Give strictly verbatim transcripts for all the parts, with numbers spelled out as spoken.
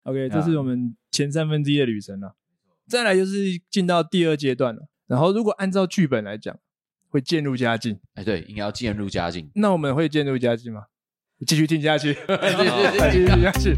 OK， 这是我们前三分之一的旅程了。再来就是进到第二阶段了。然后如果按照剧本来讲，会渐入佳境。 哎，对，应该要渐入佳境。 那我们会渐入佳境吗？继续听下去，继续听下去。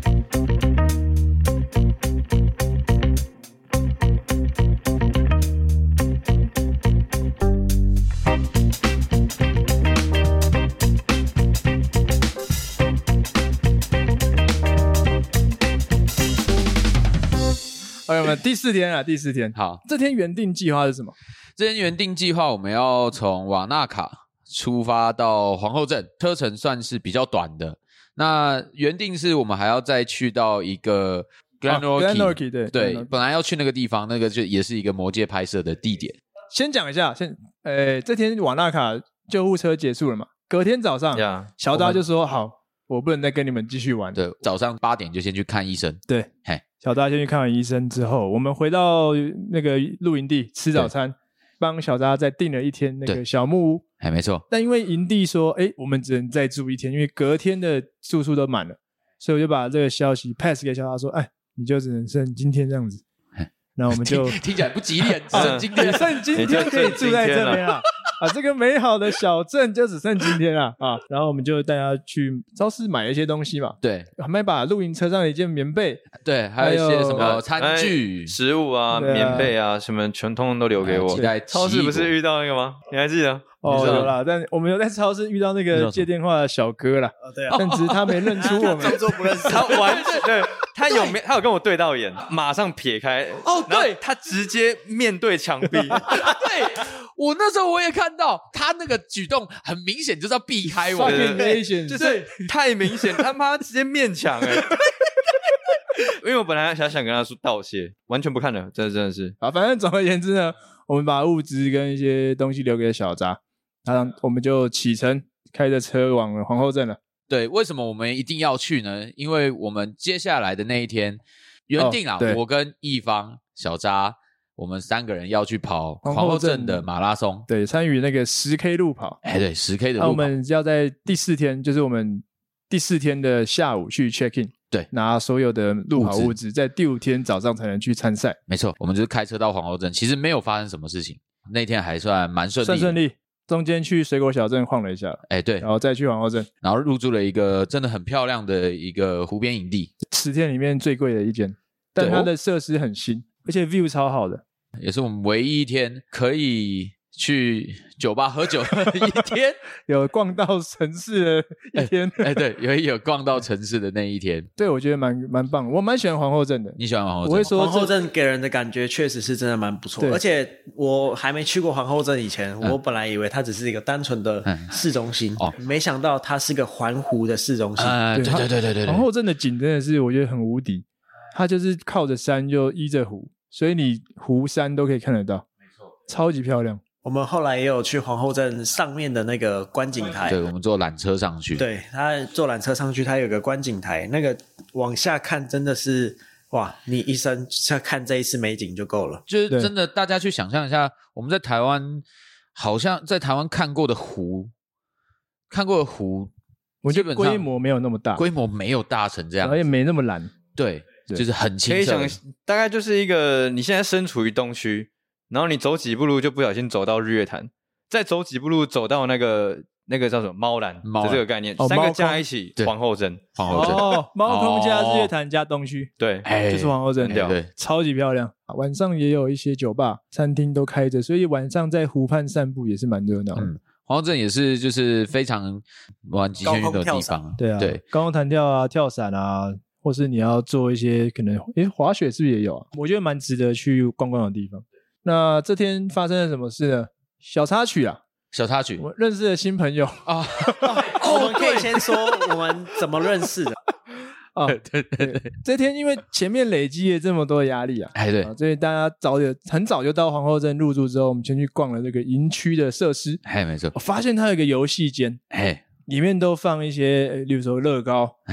朋友们，第四天啊，第四天。 好， 这天原定计划是什么？ 这天原定计划我们要从瓦纳卡出发到皇后镇，车程算是比较短的。那原定是我们还要再去到一个 Glenorchy， 对对，本来要去那个地方，那个就也是一个魔戒拍摄的地点。 先讲一下，先，呃，这天瓦纳卡救护车结束了嘛？隔天早上， yeah, 小达就说：“好，我不能再跟你们继续玩。” 对，早上八点就先去看医生。 对， 嘿， 小达先去看完医生之后，我们回到那个露营地吃早餐，帮小达再订了一天那个小木屋。 哎，没错。 但因为营地说，哎，我们只能再住一天，因为隔天的住宿都满了，所以我就把这个消息 pass 给小达说，哎，你就只能剩今天这样子。那我们就听, 听起来不吉利，只剩今天， 只剩今天可以住在这边啊！啊，这个美好的小镇就只剩今天了啊！然后我们就带他去超市买了一些东西嘛， 对， 还没把露营车上的一件棉被， 对，还有一些什么餐具、 食物啊、棉被啊，什么全通通都留给我。超市不是遇到那个吗？你还记得？ 哦，有啦，但我们有在超市遇到那个接电话的小哥啦， 哦，对啊， 但只是他没认出我们， 装作不认识， 他完对，他有没他有跟我对到眼，马上撇开， 哦，对， 他直接面对墙壁，对， 我那时候我也看到他那个举动，很明显就是要避开我， 就是太明显，他妈直接面墙哎。因为我本来想想跟他说道谢，完全不看了，真的真的是啊，反正总而言之呢，我们把物资跟一些东西留给小扎。然后我们就启程，开着车往皇后镇了。 对，为什么我们一定要去呢？因为我们接下来的那一天原定啊，哦、我跟一方、小扎，我们三个人要去跑皇后镇的马拉松， 对，参与那个十 K 路跑。 哎，对，十 K 的路跑。 那我们要在第四天，就是我们第四天的下午去 check in， 对， 拿所有的路跑物资，在第五天早上才能去参赛。 没错，我们就是开车到皇后镇，其实没有发生什么事情，那天还算蛮顺利， 算顺利。中间去水果小镇晃了一下， 哎，对， 然后再去皇后镇， 然后入住了一个真的很漂亮的一个湖边营地， 十天里面最贵的一间，但它的设施很新，而且 view 超好的， 也是我们唯一一天可以去酒吧喝酒的一天， 有逛到城市的一天， 哎、欸欸，对，有有逛到城市的那一天， 对，我觉得蛮蛮棒，我蛮喜欢皇后镇的。 你喜欢皇后镇？ 我会说皇后镇给人的感觉确实是真的蛮不错，而且我还没去过皇后镇以前，嗯、我本来以为它只是一个单纯的市中心，嗯哦、没想到它是个环湖的市中心。 呃、对对对对对， 皇后镇的景真的是我觉得很无敌，它就是靠着山又依着湖，所以你湖山都可以看得到，没错，超级漂亮。 我们后来也有去皇后镇上面的那个观景台， 对，我们坐缆车上去。 对，他坐缆车上去，他有个观景台，那个往下看真的是哇，你一生看这一次美景就够了。 就是真的，大家去想象一下，我们在台湾好像在台湾看过的湖，看过的湖， 我觉得规模没有那么大， 规模没有大成这样， 而且没那么蓝。 对，对就是很清澈。 可以想，大概就是一个你现在身处于东区。然后你走几步路就不小心走到日月潭，再走几步路走到那个那个叫什么猫兰的这个概念， 哦、 三个加一起皇后镇， 皇后镇哦，猫空加日月潭加东区， 对， 就是皇后镇， 对对， 超级漂亮。晚上也有一些酒吧、餐厅都开着，所以晚上在湖畔散步也是蛮热闹的。 嗯，皇后镇也是就是非常玩极限运动的地方， 对啊，对，高空弹跳啊、跳伞啊，或是你要做一些可能，诶，滑雪是不是也有啊？我觉得蛮值得去逛逛的地方。那这天发生了什么事呢？小插曲啊， 小插曲， 我认识了新朋友啊。 我们可以先说我们怎么认识的啊？对对对，这天因为前面累积了这么多的压力啊， 哎对， 所以大家早点很早就到皇后镇入住之后，我们先去逛了这个营区的设施。 哎，没错， 我发现它有一个游戏间， 哎， 里面都放一些，例如说乐高， 哎，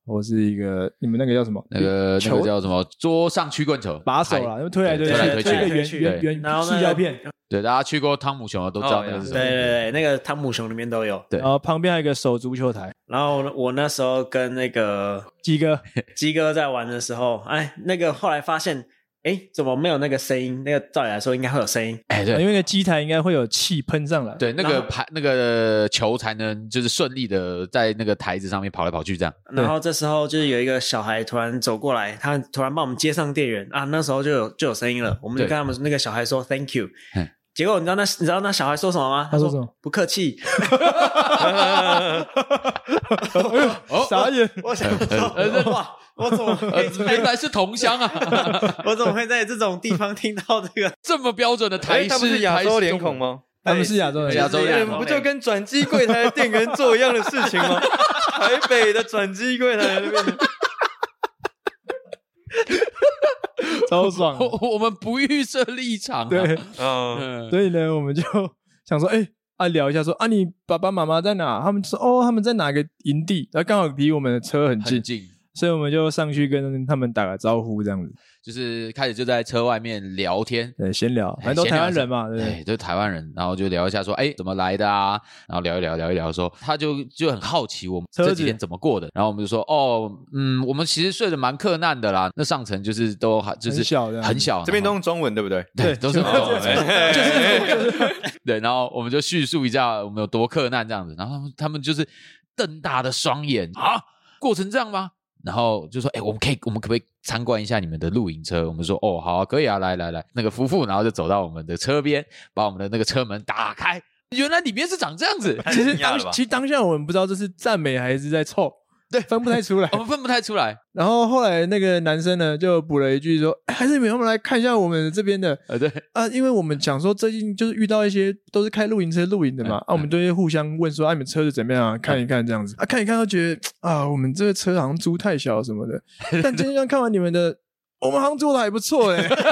或是一个你们那个叫什么？ 那个那个叫什么？桌上曲棍球把手啦，因为推来推去， 推来推去， 推个圆圆圆然后塑胶片。 对，大家去过汤姆熊的都知道那个是什么。 对对对，那个汤姆熊里面都有。 对， 然后旁边还有一个手足球台。 然后我那时候跟那个鸡哥， 鸡哥在玩的时候，哎，那个后来发现。哎，怎么没有那个声音？那个照理来说应该会有声音。 哎，对， 因为那个机台应该会有气喷上来， 对，那个排那个球才能就是顺利的在那个台子上面跑来跑去这样。 然后这时候就是有一个小孩突然走过来，他突然帮我们接上电源啊，那时候就有就有声音了，我们就跟他们那个小孩说 Thank you。结果你知道那你知道那小孩说什么吗？ 他说什么？ 不客气。 哦，傻眼！ 我想说，哇，我怎么会原来是同乡啊？ 我怎么会在这种地方听到这个这么标准的台式？ 他不是亚洲脸孔吗？ 他们是亚洲人， 亚洲人不就跟转机柜台的店员做一样的事情吗？台北的转机柜台那边。 超爽！ 我我们不预设立场、啊， 对， 嗯， 所以呢，我们就想说，哎、欸，啊，聊一下说，啊，你爸爸妈妈在哪？他们说，哦，他们在哪个营地？然后刚好离我们的车很近， 很近， 所以我们就上去跟他们打个招呼，这样子。 就是开始就在车外面聊天， 对，闲聊，反正都台湾人嘛，对不对？ 对，都是台湾人，然后就聊一下说，哎，怎么来的啊？然后聊一聊，聊一聊说，他就就很好奇我们这几天怎么过的，然后我们就说，哦，嗯，我们其实睡得蛮克难的啦，那上层就是都就是很小的， 很小， 这边都用中文对不对？ 对，都是中文，就是对，然后我们就叙述一下我们有多克难这样子，然后他们就是瞪大的双眼啊，过成这样吗？然后就说，哎，我们可以，我们可不可以参观一下你们的露营车？我们说，哦，好啊，可以啊，来来来，那个夫妇，然后就走到我们的车边，把我们的那个车门打开，原来里面是长这样子。 其实当其实当下我们不知道这是赞美还是在臭，对，分不太出来， 我们分不太出来。 然后后来那个男生呢就补了一句说，哎，还是你们来看一下我们这边的， 呃，对啊，因为我们讲说最近就是遇到一些都是开露营车露营的嘛，嗯、啊，我们都会互相问说，啊，你们车子怎么样啊？看一看这样子，啊，看一看都觉得啊，我们这个车好像租太小什么的，但今天看完你们的，我们好像做的还不错哎、欸。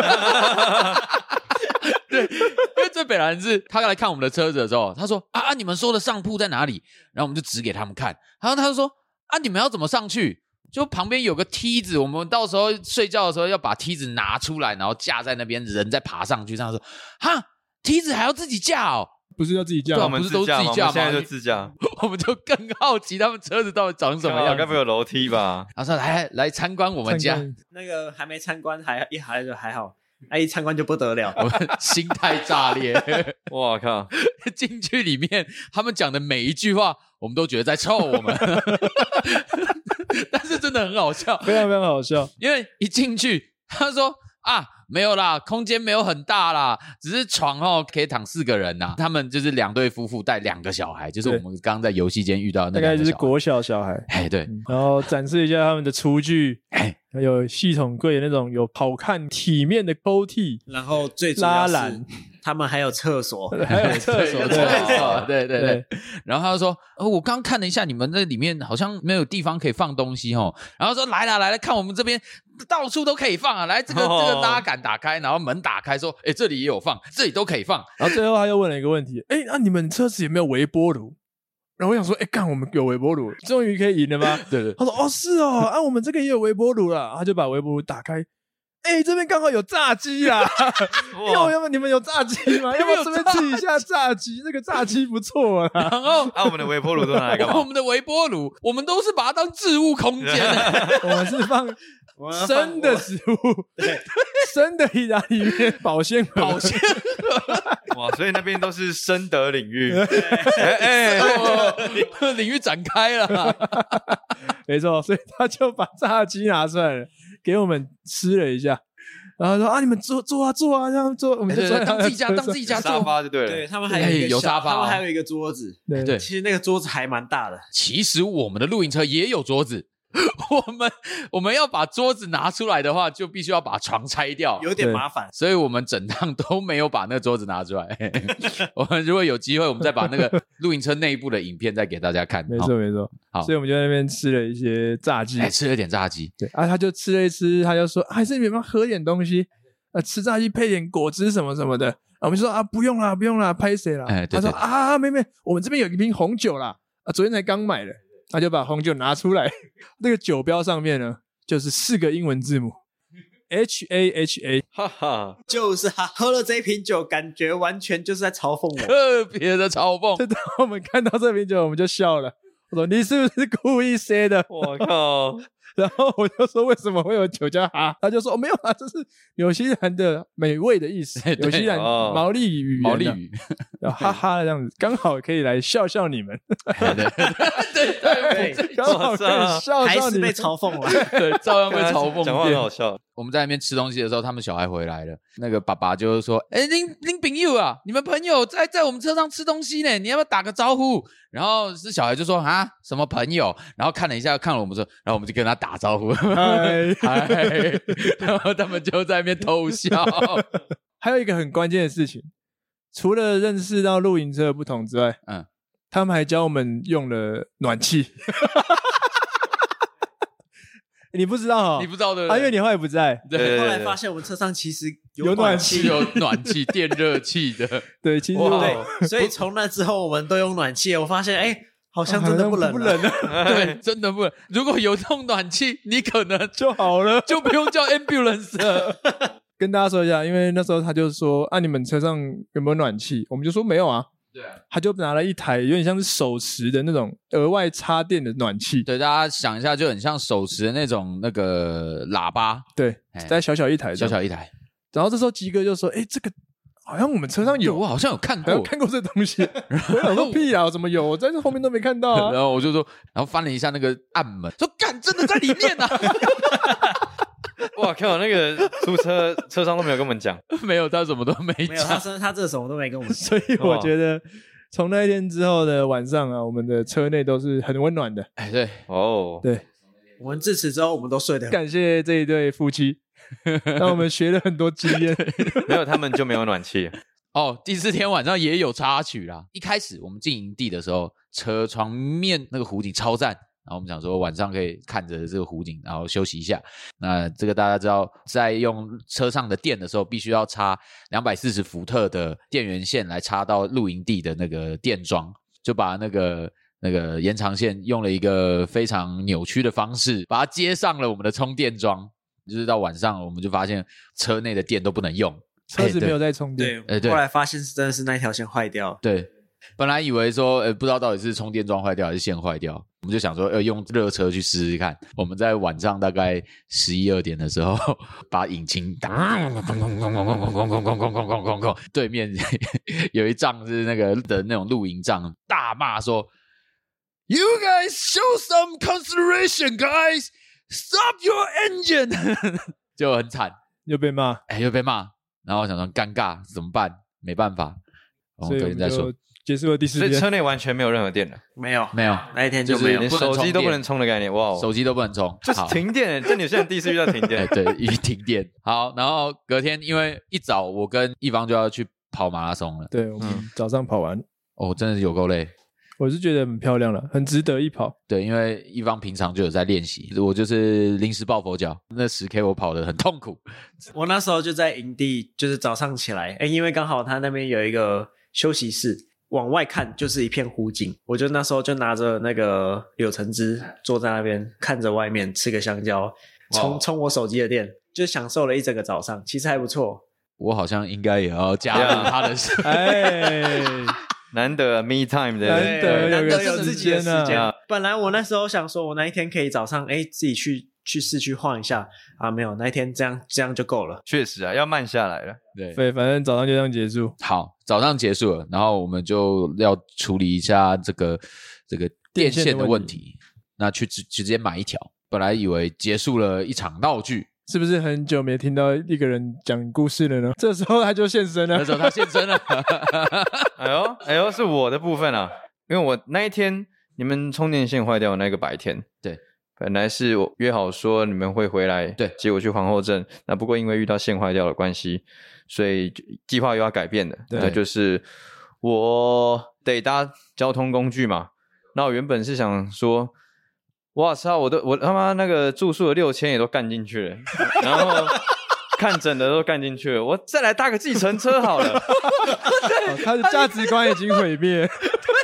对，因为最北兰是他来看我们的车子的时候，他说啊啊，你们说的上铺在哪里？然后我们就指给他们看，然后他就说啊，你们要怎么上去？就旁边有个梯子，我们到时候睡觉的时候要把梯子拿出来，然后架在那边，人再爬上去。这样说，哈，梯子还要自己架哦？ 不是要自己架， 对，不是都自己架吗？ 现在就自驾， 我们就更好奇他们车子到底长什么样。 该不会有楼梯吧？ 然后说来来参观我们家， 那个还没参观，还一还就还好。哎，一参观就不得了， 我们心态炸裂。 哇靠！ 进去里面，他们讲的每一句话，我们都觉得在臭我们。但是真的很好笑， 非常非常好笑。 因为一进去，他说啊，没有啦，空间没有很大啦，只是床哦可以躺四个人呐。他们就是两对夫妇带两个小孩，就是我们刚刚在游戏间遇到的那大概就是国小小孩。 哎，对、 嗯，然后展示一下他们的厨具，哎，有系统柜那种有好看体面的抽屉， 然后最主要是拉篮。他们还有厕所， 还有厕所， 对对对对。然后他就说：“哦，我刚看了一下，你们那里面好像没有地方可以放东西哦。”然后说：“来啦来啦，看我们这边到处都可以放啊！来，这个、哦、这个拉杆打开，然后门打开，说：‘哎，这里也有放，这里都可以放。’ 然后最后他又问了一个问题：‘哎，那、啊、你们车子有没有微波炉？’然后我想说：‘哎，干，我们有微波炉，终于可以赢了吗？’ 对对。 他说：‘哦，是哦，啊，我们这个也有微波炉了。’他就把微波炉打开。”哎、欸，这边刚好有炸鸡啦！要要不你们有炸鸡吗？要不要这边吃一下炸鸡？这个炸鸡不错啊。 然后啊，我们的微波炉都拿来干嘛？ 我们的微波炉，我们都是把它当置物空间的。 我们是放生的食物，对，生的意大利面，保鲜保鲜。 哇，所以那边都是生得领域， 哎哎、哦，领域展开了。 没错，所以他就把炸鸡拿出来了。给我们吃了一下，然后说啊，你们坐坐啊坐啊，这样坐，我们就坐当自己家当自己家沙发就对了。 对他们还有一个、 欸、有沙发、哦， 他们还有一个桌子。 对对， 其实那个桌子还蛮大的。 其实我们的露营车也有桌子。我们我们要把桌子拿出来的话，就必须要把床拆掉， 有点麻烦， 所以我们整趟都没有把那个桌子拿出来。我们如果有机会，我们再把那个露营车内部的影片再给大家看。 没错没错，好，所以我们就在那边吃了一些炸鸡， 哎，吃了点炸鸡。 对啊，他就吃了一吃，他就说，还是你们要喝点东西，呃，吃炸鸡配点果汁什么什么的。啊、我们就说啊，不用啦，不用啦，拍谁啦？ 哎，对对他说啊，妹妹，我们这边有一瓶红酒啦，啊，昨天才刚买的。 他就把红酒拿出来，那个酒标上面呢就是四个英文字母 H A H A， 哈哈， 就是他喝了这一瓶酒，感觉完全就是在嘲讽我， 特别的嘲讽。 当我们看到这瓶酒，我们就笑了。我说你是不是故意塞的？ 我靠！ 然后我就说为什么会有酒叫哈？他就说哦没有啊，这是纽西兰的美味的意思，纽西兰毛利语、 毛利语， 哈哈这样子，刚好可以来笑笑你们。 对对对对， 刚好可以笑笑你们， 还是被嘲讽了， 对，照样被嘲讽。 讲话很好笑。 我们在那边吃东西的时候，他们小孩回来了，那个爸爸就是说：“哎，您您朋友啊，你们朋友在在我们车上吃东西呢，你要不要打个招呼？”然后是小孩就说：“啊，什么朋友？”然后看了一下，看了我们说，然后我们就跟他打招呼，嗨嗨，然后他们就在那边偷笑。 还有一个很关键的事情，除了认识到露营车的不同之外，嗯，他们还教我们用了暖气。你不知道哦， 你不知道的， 啊，因为你后来不在。 对， 后来发现我们车上其实有暖气， 有暖气、电热器的。 对，其实对，所以从那之后我们都用暖气。我发现，哎，好像真的不冷， 不冷啊。对，真的不冷。如果有用暖气，你可能就好了， 就不用叫 ambulance 了。 跟大家说一下，因为那时候他就说，啊，你们车上有没有暖气？我们就说没有啊。 对， 他就拿了一台有点像是手持的那种额外插电的暖气。 对，大家想一下，就很像手持的那种那个喇叭。 对，在小小一台， 小小一台。 然后这时候吉哥就说：“哎，这个好像我们车上有， 我好像有看过， 有看过这东西。”我想说屁啊，怎么有？我在这后面都没看到啊。 然后我就说，然后翻了一下那个暗门，说：“干，真的在里面啊！” 哇靠！那个出车车上都没有跟我们讲， 没有，他什么都没讲， 没有，他说他这什么都没跟我们讲。 所以我觉得从那一天之后的晚上啊，我们的车内都是很温暖的。 哎，对， 哦， 对， 我们自此之后我们都睡得很。 感谢这一对夫妻，让我们学了很多经验。 没有他们就没有暖气。 哦，第四天晚上也有插曲啦。一开始我们进营地的时候，车窗面那个湖景超赞。然后我们想说晚上可以看着这个湖景，然后休息一下。那这个大家知道，在用车上的电的时候，必须要插两百四十伏特的电源线来插到露营地的那个电桩，就把那个那个延长线用了一个非常扭曲的方式，把它接上了我们的充电桩。就是到晚上，我们就发现车内的电都不能用， 车子没有在充电。 对，后来发现是真的是那条线坏掉。 对。本来以为说，呃，不知道到底是充电桩坏掉还是线坏掉，我们就想说，呃，用热车去试试看。我们在晚上大概十一二点的时候，把引擎打，对面有一仗是那个的那种露营帐，大骂说 ，You guys show some consideration, guys, stop your engine， 就很惨， 又被骂， 哎，又被骂，然后想说尴尬怎么办？没办法，我们隔天再说。 结束了第四天， 所以车内完全没有任何电了， 没有没有， 那一天就没有， 连手机都不能充的概念，哇， 手机都不能充， 就是停电。这你现在第一次遇到停电， 对，一停电。好，然后隔天因为一早我跟一方就要去跑马拉松了， 对，我们早上跑完， 哦，真的是有够累。 我是觉得很漂亮了，很值得一跑。 对，因为一方平常就有在练习，我就是临时抱佛脚，那十 K 我跑得很痛苦。 我那时候就在营地，就是早上起来，哎，因为刚好他那边有一个休息室。往外看就是一片湖景，我就那时候就拿着那个柳橙汁坐在那边看着外面，吃个香蕉，充充我手机的电，就享受了一整个早上，其实还不错。 我好像应该也要加入他的事， 哎， 难得 me time 的， 难得难得有有自己的时间。 啊、 本来我那时候想说，我那一天可以早上哎自己去去市区晃一下啊，没有，那一天这样这样就够了。 确实啊，要慢下来了。 对对，反正早上就这样结束。 好，早上结束了，然后我们就要处理一下这个这个电线的问题。那去直直接买一条，本来以为结束了一场闹剧， 是不是很久没听到一个人讲故事了呢？这时候他就现身了， 这时候他现身了。 哎呦哎呦，是我的部分啊，因为我那一天你们充电线坏掉的那个白天， 对。 本来是我约好说你们会回来， 对， 接我去皇后镇。那不过因为遇到线坏掉的关系，所以计划又要改变的。那就是我得搭交通工具嘛。那我原本是想说，哇操，我都我他妈那个住宿的六千也都干进去了，然后看诊的都干进去了，我再来搭个计程车好了。 哦、他的价值观已经毁灭。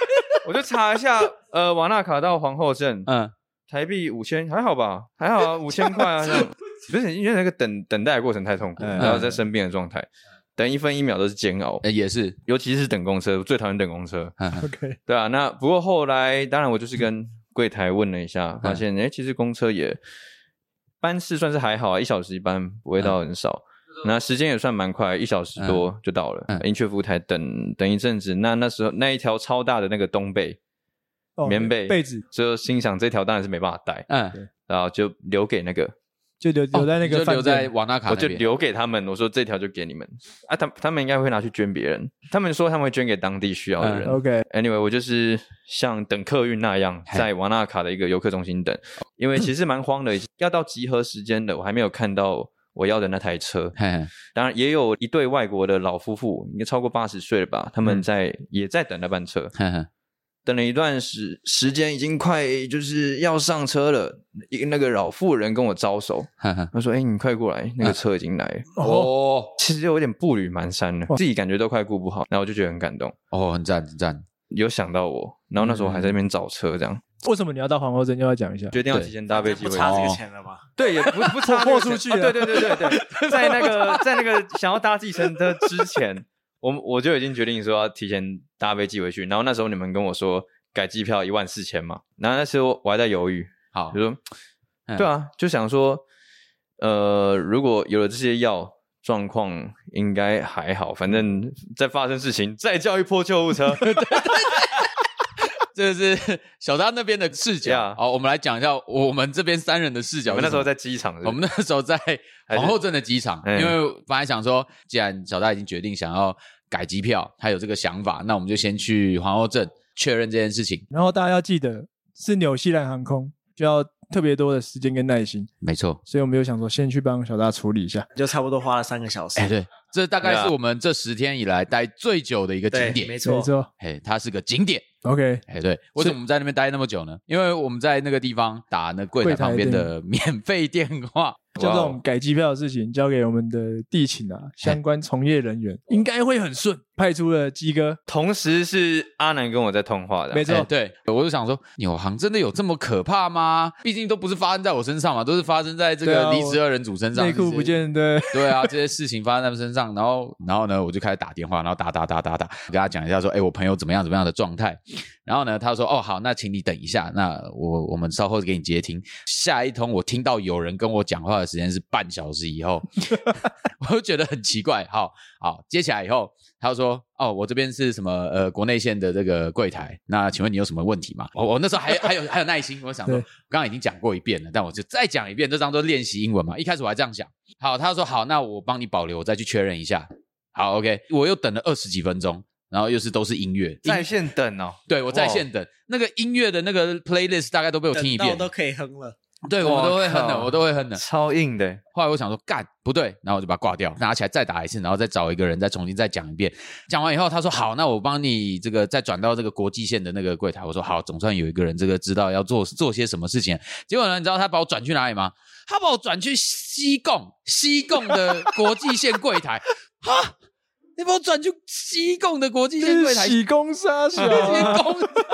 我就查一下，呃，瓦纳卡到皇后镇， 嗯， 台币五千，还好吧？还好啊，五千块啊，这样。不是因为那个等等待的过程太痛苦， 嗯、 然后在生病的状态，等一分一秒都是煎熬。 呃、也是， 尤其是等公车，我最讨厌等公车。 OK， 对啊，那不过后来，当然我就是跟柜台问了一下，发现哎、欸，其实公车也班次算是还好啊，一小时一班，不会到很少。嗯、那时间也算蛮快，一小时多就到了。嗯、银雀服务台等等一阵子，那那时候那一条超大的那个冬被、哦、棉被被子， 就心想这条当然是没办法带，嗯，然后就留给那个。 就留留在那个、 哦，就留在瓦纳卡那边， 我就留给他们。我说这条就给你们啊，他他们应该会拿去捐别人。他们说他们会捐给当地需要的人。 嗯、OK，Anyway， 我就是像等客运那样，在瓦纳卡的一个游客中心等，因为其实蛮慌的，要到集合时间了，我还没有看到我要的那台车。当然也有一对外国的老夫妇，应该超过八十岁了吧，他们在、嗯、也在等那班车。等了一段时时间，已经快就是要上车了。一个那个老妇人跟我招手，他说：“哎、欸，你快过来，那个车已经来了。”哦，其实有点步履蹒跚了，自己感觉都快顾不好，然后我就觉得很感动。 哦，很赞，很赞， 有想到我。然后那时候我还在那边找车，这样。 为什么你要到皇后镇？要讲一下， 决定要提前搭飞机回来。 不差这个钱了吧？ 对，也不不差豁出去、 哦。对对对对对，在那个在那个想要搭计程车之前，我我就已经决定说要提前搭飞机回去。然后那时候你们跟我说。改机票一万四千嘛，然后那时候我还在犹豫， 好， 就说，对啊，就想说，呃，如果有了这些药，状况应该还好，反正再发生事情，再叫一波救护车。对对对， 这是小扎那边的视角。Yeah. 好，我们来讲一下我们这边三人的视角。 我们那时候在机场是不是， 我们那时候在皇后镇的机场，因为本来想说，既然小扎已经决定想要改机票，他有这个想法，那我们就先去皇后镇。确认这件事情， 然后大家要记得是纽西兰航空，就要特别多的时间跟耐心。 没错， 所以我们就想说，先去帮小大处理一下， 就差不多花了三个小时。 哎、欸，对，这大概是我们这十天以来待最久的一个景点。 没错， 没错， 哎，它是个景点。 OK， 哎，对，为什么我们在那边待那么久呢？因为我们在那个地方打那柜台旁边的免费电话。 就这种改机票的事情交给我们的地勤啊，相关从业人员应该会很顺，派出了鸡哥， 同时是阿南跟我在通话的， 没错、欸， 对，我就想说，纽航真的有这么可怕吗？毕竟都不是发生在我身上嘛，都是发生在这个离职二人组身上， 内裤、啊、不见，对， 对啊，这些事情发生在他们身上，然后，然后呢，我就开始打电话，然后打打打打打，跟他讲一下说，哎、欸，我朋友怎么样怎么样的状态，然后呢，他说，哦，好，那请你等一下，那我我们稍后给你接听，下一通我听到有人跟我讲话的时间是半小时。小时以后我就觉得很奇怪。好好接起来以后他就说，哦，我这边是什么呃国内线的这个柜台，那请问你有什么问题吗？我我那时候还还有还有耐心，我想说我刚刚已经讲过一遍了，但我就再讲一遍，这张都练习英文嘛，一开始我还这样讲。好，他说好，那我帮你保留，我再去确认一下。好 OK， 我又等了二十几分钟，然后又是都是音乐在线等哦。 对，我在线等，那个音乐的那个 playlist 大概都被我听一遍， 等到都可以哼了。 对，我都会哼的，我都会哼的， 超硬的。 后来我想说，干不对，然后我就把它挂掉，拿起来再打一次，然后再找一个人再重新再讲一遍。讲完以后，他说好，那我帮你这个再转到这个国际线的那个柜台。我说好，总算有一个人这个知道要做做些什么事情。结果呢，你知道他把我转去哪里吗？他把我转去西贡，西贡的国际线柜台。哈，你把我转去西贡的国际线柜台， 西贡沙小， 西贡。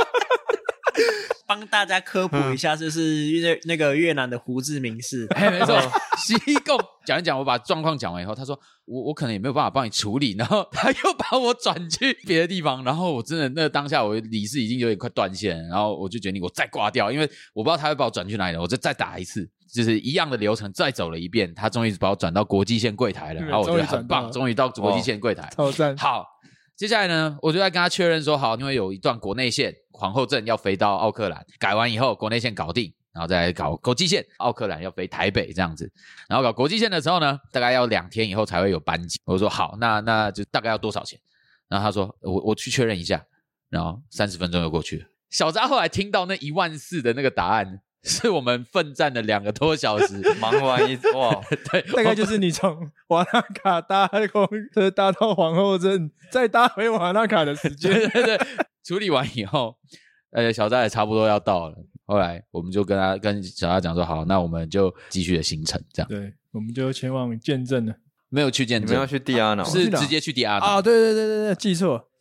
帮大家科普一下，就是越那个越南的胡志明市， 哎，没错，西贡讲一讲，我把状况讲完以后，他说我我可能也没有办法帮你处理，然后他又把我转去别的地方，然后我真的那当下我理智已经有点快断线了，然后我就决定我再挂掉，因为我不知道他会把我转去哪里了，我就再打一次，就是一样的流程再走了一遍，他终于把我转到国际线柜台了，然后我觉得很棒，终于到国际线柜台， 超赞， 好。接下来呢，我就在跟他确认说，好，因为有一段国内线皇后镇要飞到奥克兰，改完以后国内线搞定，然后再来搞国际线，奥克兰要飞台北这样子。然后搞国际线的时候呢，大概要两天以后才会有班机。我说好，那那就大概要多少钱？然后他说我我去确认一下，然后三十分钟就过去了。小扎后来听到那一万四的那个答案。是我们奋战了两个多小时， 忙完一哇， 对，大概就是你从瓦纳卡搭公车搭到皇后镇，再搭回瓦纳卡的时间， 对对对，处理完以后，呃，小扎也差不多要到了。后来我们就跟他跟小扎讲说，好，那我们就继续的行程，这样。 对，我们就前往见证了， 没有去见证， 你们要去蒂阿瑙， 是直接去蒂阿瑙啊？对对对对对，记错。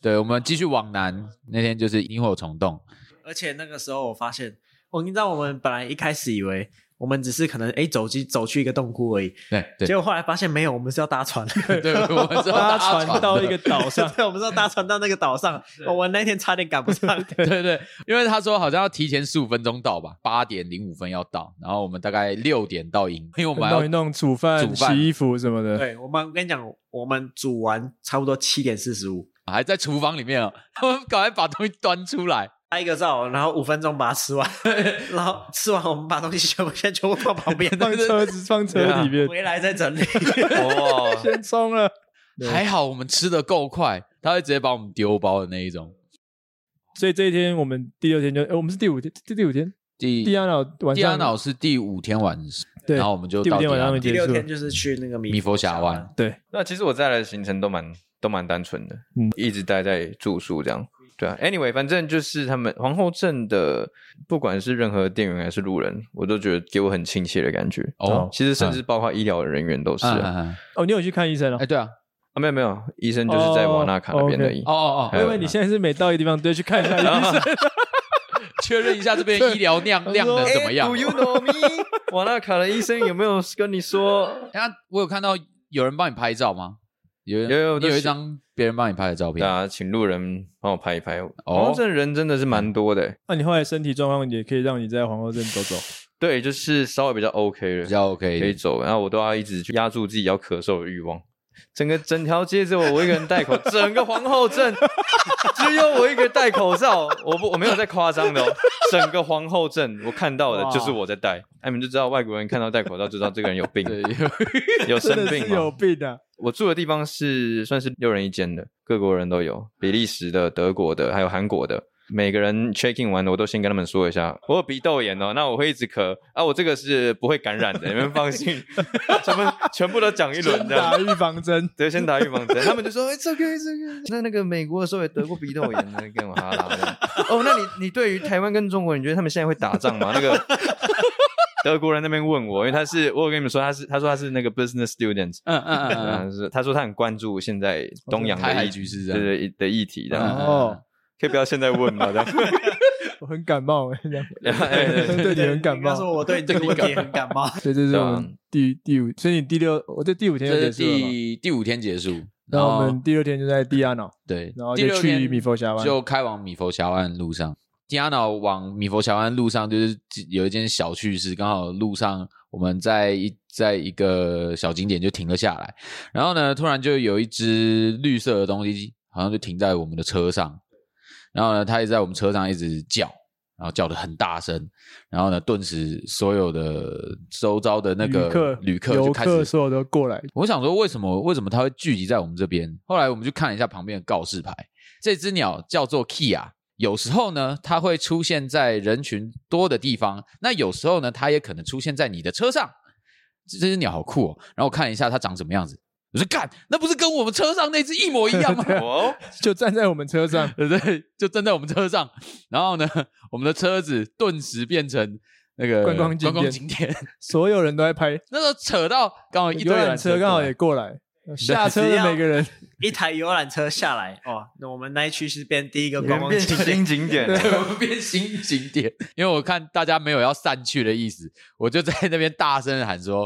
对，我们继续往南，那天就是萤火虫洞。 而且那个时候我发现，我你知道我们本来一开始以为我们只是可能哎走去走去一个洞窟而已， 对对， 结果后来发现没有，我们是要搭船， 对，我们是要搭搭船到一个岛上， 对，我们是要搭船到那个岛上，我们那天差点赶不上， 对对对，因为他说好像要提前十五分钟到吧，八点零五分要到，然后我们大概六点到营，因为我们还要弄一弄煮饭、 煮饭洗衣服什么的。 对，我们我跟你讲，我们煮完差不多七点四十五， 还在厨房里面哦，我们赶快把东西端出来。 拍一个照，然后五分钟把它吃完，然后吃完我们把东西全部先全部放旁边， 放车子放车里面， 回来再整理。 哇， 先冲了。 还好我们吃的够快，他会直接把我们丢包的那一种。 所以这一天我们第六天就，呃我们是第五天，第第五天， 第第二脑晚上， 第二脑是第五天晚上， 对， 然后我们就第五到天晚上第六天就是去那个弥佛峡湾。 对， 那其实我在的行程都蛮都蛮单纯的， 嗯， 一直待在住宿这样。对啊 ，anyway， 反正就是他们皇后镇的，不管是任何店员还是路人，我都觉得给我很亲切的感觉。 哦， 其实甚至包括医疗人员都是、啊。 嗯嗯嗯、 哦，你有去看医生哦？ 哎，对啊， 啊，没有没有，医生就是在瓦纳卡那边而已。 哦哦哦， 因为你现在是每到一个地方都要去看一下医生， 确认一下这边医疗量量能怎么样。 Do you know me？ 瓦纳卡的医生有没有跟你说？ 哎，我有看到有人帮你拍照吗？有有有， 你有一张别人帮你拍的照片。 对啊，请路人帮我拍一拍。 哦， 皇后镇人真的是蛮多的。 那你后来身体状况也可以让你在皇后镇走走。 对，就是稍微比较 OK 了， 比较 OK 可以走。然后我都要一直去压住自己要咳嗽的欲望。整个整条街只有我一个人戴口，整个皇后镇只有我一个人戴口罩。我不我没有在夸张的哦，整个皇后镇我看到的就是我在戴。哎，你们就知道外国人看到戴口罩就知道这个人有病， 对， 有生病嘛， 有病啊！ 我住的地方是算是六人一间的，各国人都有，比利时的、德国的，还有韩国的。每个人 check in 完的，我都先跟他们说一下，我有鼻窦炎哦，那我会一直咳啊，我这个是不会感染的，你们放心。他们全部都讲一轮这样， 打预防针， 对，先打预防针。他们就说，哎，这个这个，那那个美国的时候也得过鼻窦炎，跟我哈拉这样。哦，那你你对于台湾跟中国，你觉得他们现在会打仗吗？那个德国人那边问我，因为他是我有跟你们说他是他说他是那个 business student， 嗯嗯嗯嗯，他说他很关注现在东洋的台海局势这样， 对对的议题这样。 哦， 可以不要现在问吗？这样我很感冒哎，这样哎对对对你很感冒。 他说我对你这个问题也很感冒。 所以这是我们第第五，所以你第六，我这第五天就这是结束了嘛。 第第五天结束， 然后我们第六天就在蒂亚瑙， 对， 然后就去米佛峡湾， 就开往米佛峡湾路上。蒂亚瑙往米佛峡湾路上，就是有一件小趣事，刚好路上我们在一在一个小景点就停了下来，然后呢，突然就有一只绿色的东西，好像就停在我们的车上，然后呢，它一直在我们车上一直叫，然后叫得很大声，然后呢，顿时所有的周遭的那个旅客、 旅客游就开始， 客所有都过来。 我想说为什么为什么它会聚集在我们这边？后来我们去看了一下旁边的告示牌，这只鸟叫做 Kia。有时候呢，它会出现在人群多的地方，那有时候呢，它也可能出现在你的车上。这只鸟好酷哦！然后我看了一下它长什么样子，我说干，那不是跟我们车上那只一模一样吗？ 哦， 就站在我们车上， 对不对？就站在我们车上，然后呢，我们的车子顿时变成那个观光景点观光景点， 所有人都在拍。 那时候扯到刚好一堆游览车刚好也过来，下车的每个人一台游览车下来，哦，那我们那一区是变第一个观光变景点。 新景点， 对，我们变新景点。因为我看大家没有要散去的意思，我就在那边大声的喊说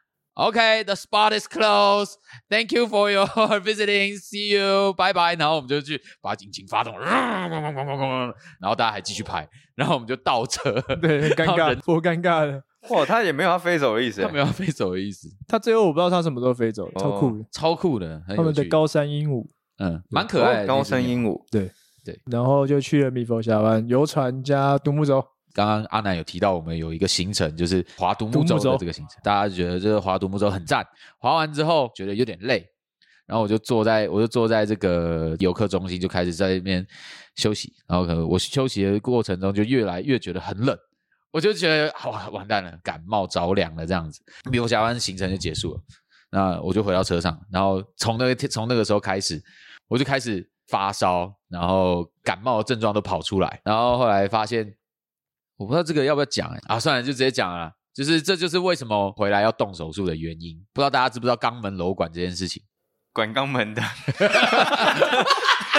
：“OK, the spot is closed. Thank you for your visiting. See you. Bye bye。”然后我们就去把引擎发动，然后大家还继续拍，然后我们就倒车， 对，很尴尬，多尴尬的。 哇，他也没有要飞走的意思， 他没有要飞走的意思。 他最后我不知道他什么时候飞走，超酷的， 超酷的， 他们的高山鹦鹉， 嗯，蛮可爱的高山鹦鹉， 对对。 然后就去了米佛峡湾，游船加独木舟。 刚刚阿南有提到，我们有一个行程，就是划独木舟的这个行程。大家觉得这个划独木舟很赞，划完之后觉得有点累，然后我就坐在我就坐在这个游客中心，就开始在那边休息。然后可能我休息的过程中，就越来越觉得很冷，我就觉得哇完蛋了，感冒着凉了这样子。米佛峡湾行程就结束了，那我就回到车上，然后从那个从那个时候开始，我就开始发烧，然后感冒的症状都跑出来，然后后来发现。我不知道这个要不要讲哎、欸、啊，算了，就直接讲了啦。就是这就是为什么回来要动手术的原因。不知道大家知不知道肛门瘘管这件事情？ 管肛门的，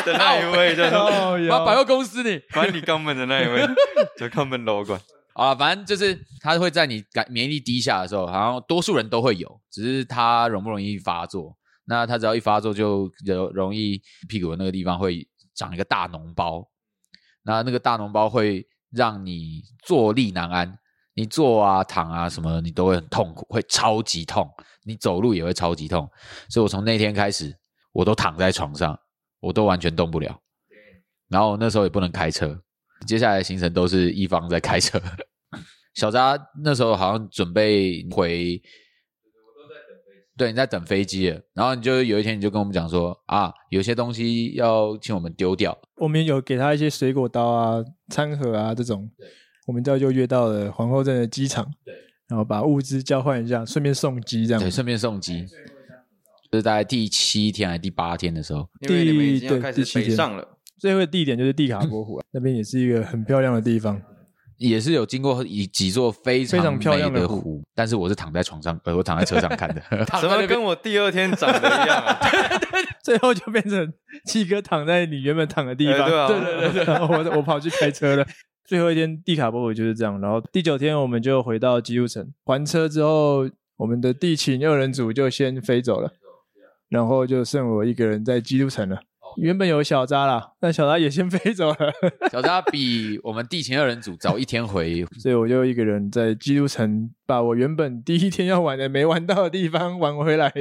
的那一位，就是把百货公司你管理肛门的那一位，就肛门楼管。 啊，反正就是他会在你免疫力低下的时候，好像多数人都会有，只是他容不容易发作。那他只要一发作，就容易屁股的那个地方会长一个大脓包。那那个大脓包会让你坐立难安，你坐啊躺啊什么，你都会很痛苦，会超级痛。你走路也会超级痛。所以我从那天开始，我都躺在床上，我都完全动不了。然后那时候也不能开车。接下来的行程都是一方在开车。小扎那时候好像准备回，对，你在等飞机了，然后你就有一天你就跟我们讲说啊，有些东西要请我们丢掉。 我们有给他一些水果刀啊、餐盒啊这种，我们这就约到了皇后镇的机场，然后把物资交换一下，顺便送机这样。 对，顺便送机。就是大概第七天还是第八天的时候， 因为你们已经要开始北上了。 最后的地点就是蒂卡波湖、啊、那边也是一个很漂亮的地方， 也是有经过几座非常非常漂亮的湖，湖但是我是躺在床上，呃，我躺在车上看的， 怎么跟我第二天长的一样啊？ 最后就变成七哥躺在你原本躺的地方， 欸、对啊， 对对对对，然后我我跑去开车了。最后一天蒂卡波湖就是这样，然后第九天我们就回到基督城，还车之后，我们的地勤二人组就先飞走了，然后就剩我一个人在基督城了。原本有小扎啦，但小扎也先飞走了。 小扎比我们地勤二人组早一天回， 所以我就一个人在基督城把我原本第一天要玩的没玩到的地方玩回来。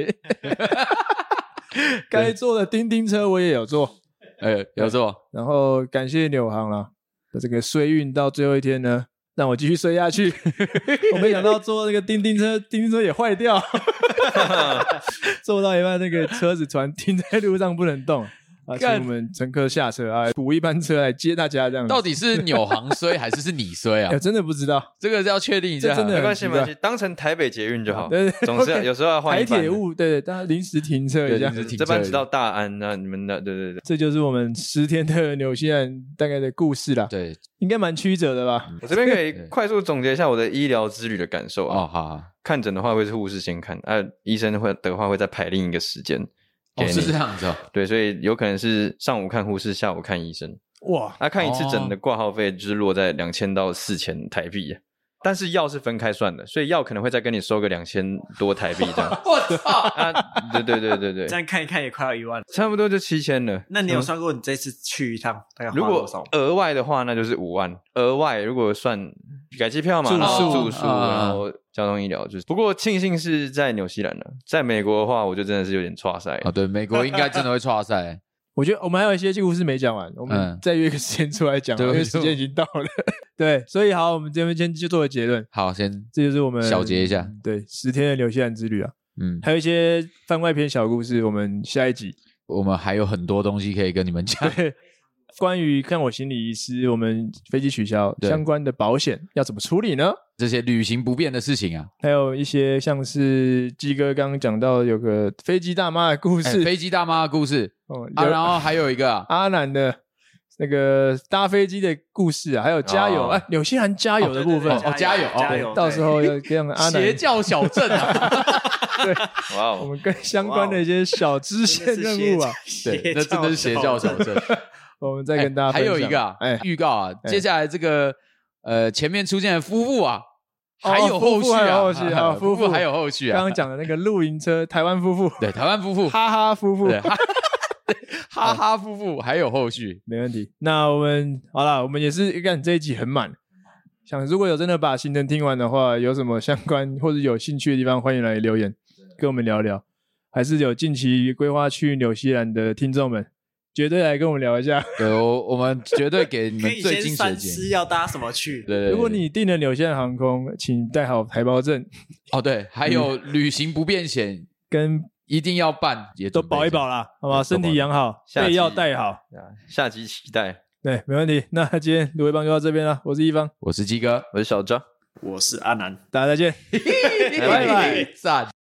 该坐的叮叮车我也有坐， 呃，有坐。 然后感谢纽航啦，这个衰运到最后一天呢，让我继续睡下去。我没想到坐那个叮叮车，叮叮车也坏掉，坐到一半那个车子突然停在路上不能动。啊，请我们乘客下车啊，补一班车来接大家这样子。 到底是纽航衰还是是你衰啊？ 我真的不知道， 这个是要确定一下。 真的没关系，没关系，当成台北捷运就好。 对对， 总是有时候要换一班。 台铁务，对对，大家临时停车一下。 这班直到大安啊，你们的，对对对， 这就是我们十天的纽西兰大概的故事啦。 对， 应该蛮曲折的吧？ 我这边可以快速总结一下我的医疗之旅的感受啊。 哦，好好。 看诊的话会是护士先看，啊，医生会的话会再排另一个时间。 哦，是这样子哦。 对，所以有可能是上午看护士，下午看医生。 哇， 那、啊、看一次诊的挂号费就是落在两千到四千台币，但是药是分开算的，所以药可能会再跟你收个两千多台币这样。 我操！ 啊，对对对对对， 这样看一看也快要一万了， 差不多就七千了。 那你有算过你这次去一趟大概花如果多少？ 额外的话，那就是五万。额外如果算改机票嘛， 住宿、 住宿，然后交通医疗，就是。不过庆幸是在纽西兰了，在美国的话，我就真的是有点挫赛。 哦，对，美国应该真的会挫赛。 我觉得我们还有一些故事没讲完，我们再约个时间出来讲，因为时间已经到了。对，所以好，我们这边先就做个结论。 好，先这就是我们小结一下， 对，十天的纽西兰之旅啊。 嗯， 还有一些番外篇小故事，我们下一集我们还有很多东西可以跟你们讲。 对，关于看我心理医师，我们飞机取消相关的保险要怎么处理呢？ 这些旅行不便的事情啊， 还有一些像是鸡哥刚刚讲到有个飞机大妈的故事， 欸、飞机大妈的故事哦、啊，然后还有一个、啊、 阿南的那个搭飞机的故事啊，还有加油哎，纽西兰加油的部分哦，加油加油， 到时候要跟阿南邪教小镇啊， 对， 哇， 我们跟相关的一些小支线任务啊， 对，那真的是邪教小镇。 我们再跟大家分享、欸、还有一个啊，哎，预告啊，欸、接下来这个呃前面出现的夫妇啊。还有后续啊， 后续啊，夫妇还有后续啊。 刚刚讲的那个露营车，台湾夫妇， 对，台湾夫妇， 哈哈夫妇， 哈, 哈哈夫妇还有后续， 没问题。那我们好了，我们也是看这一集很满，想如果有真的把行程听完的话，有什么相关或者有兴趣的地方，欢迎来留言跟我们聊聊。还是有近期规划去纽西兰的听众们，绝对来跟我们聊一下。 对，我我们绝对给你们最精彩的建议。要搭什么去？ 对, 对, 对， 如果你订了纽西兰航空，请带好台胞证。 哦，对，还有旅行不便险跟一定要办，也都保一保啦，好吧？身体养好，备药带好， 下集期待。 对，没问题。那今天芦苇帮就到这边了。我是一方， 我是鸡哥， 我是小张， 我是阿南， 大家再见， 拜拜，赞。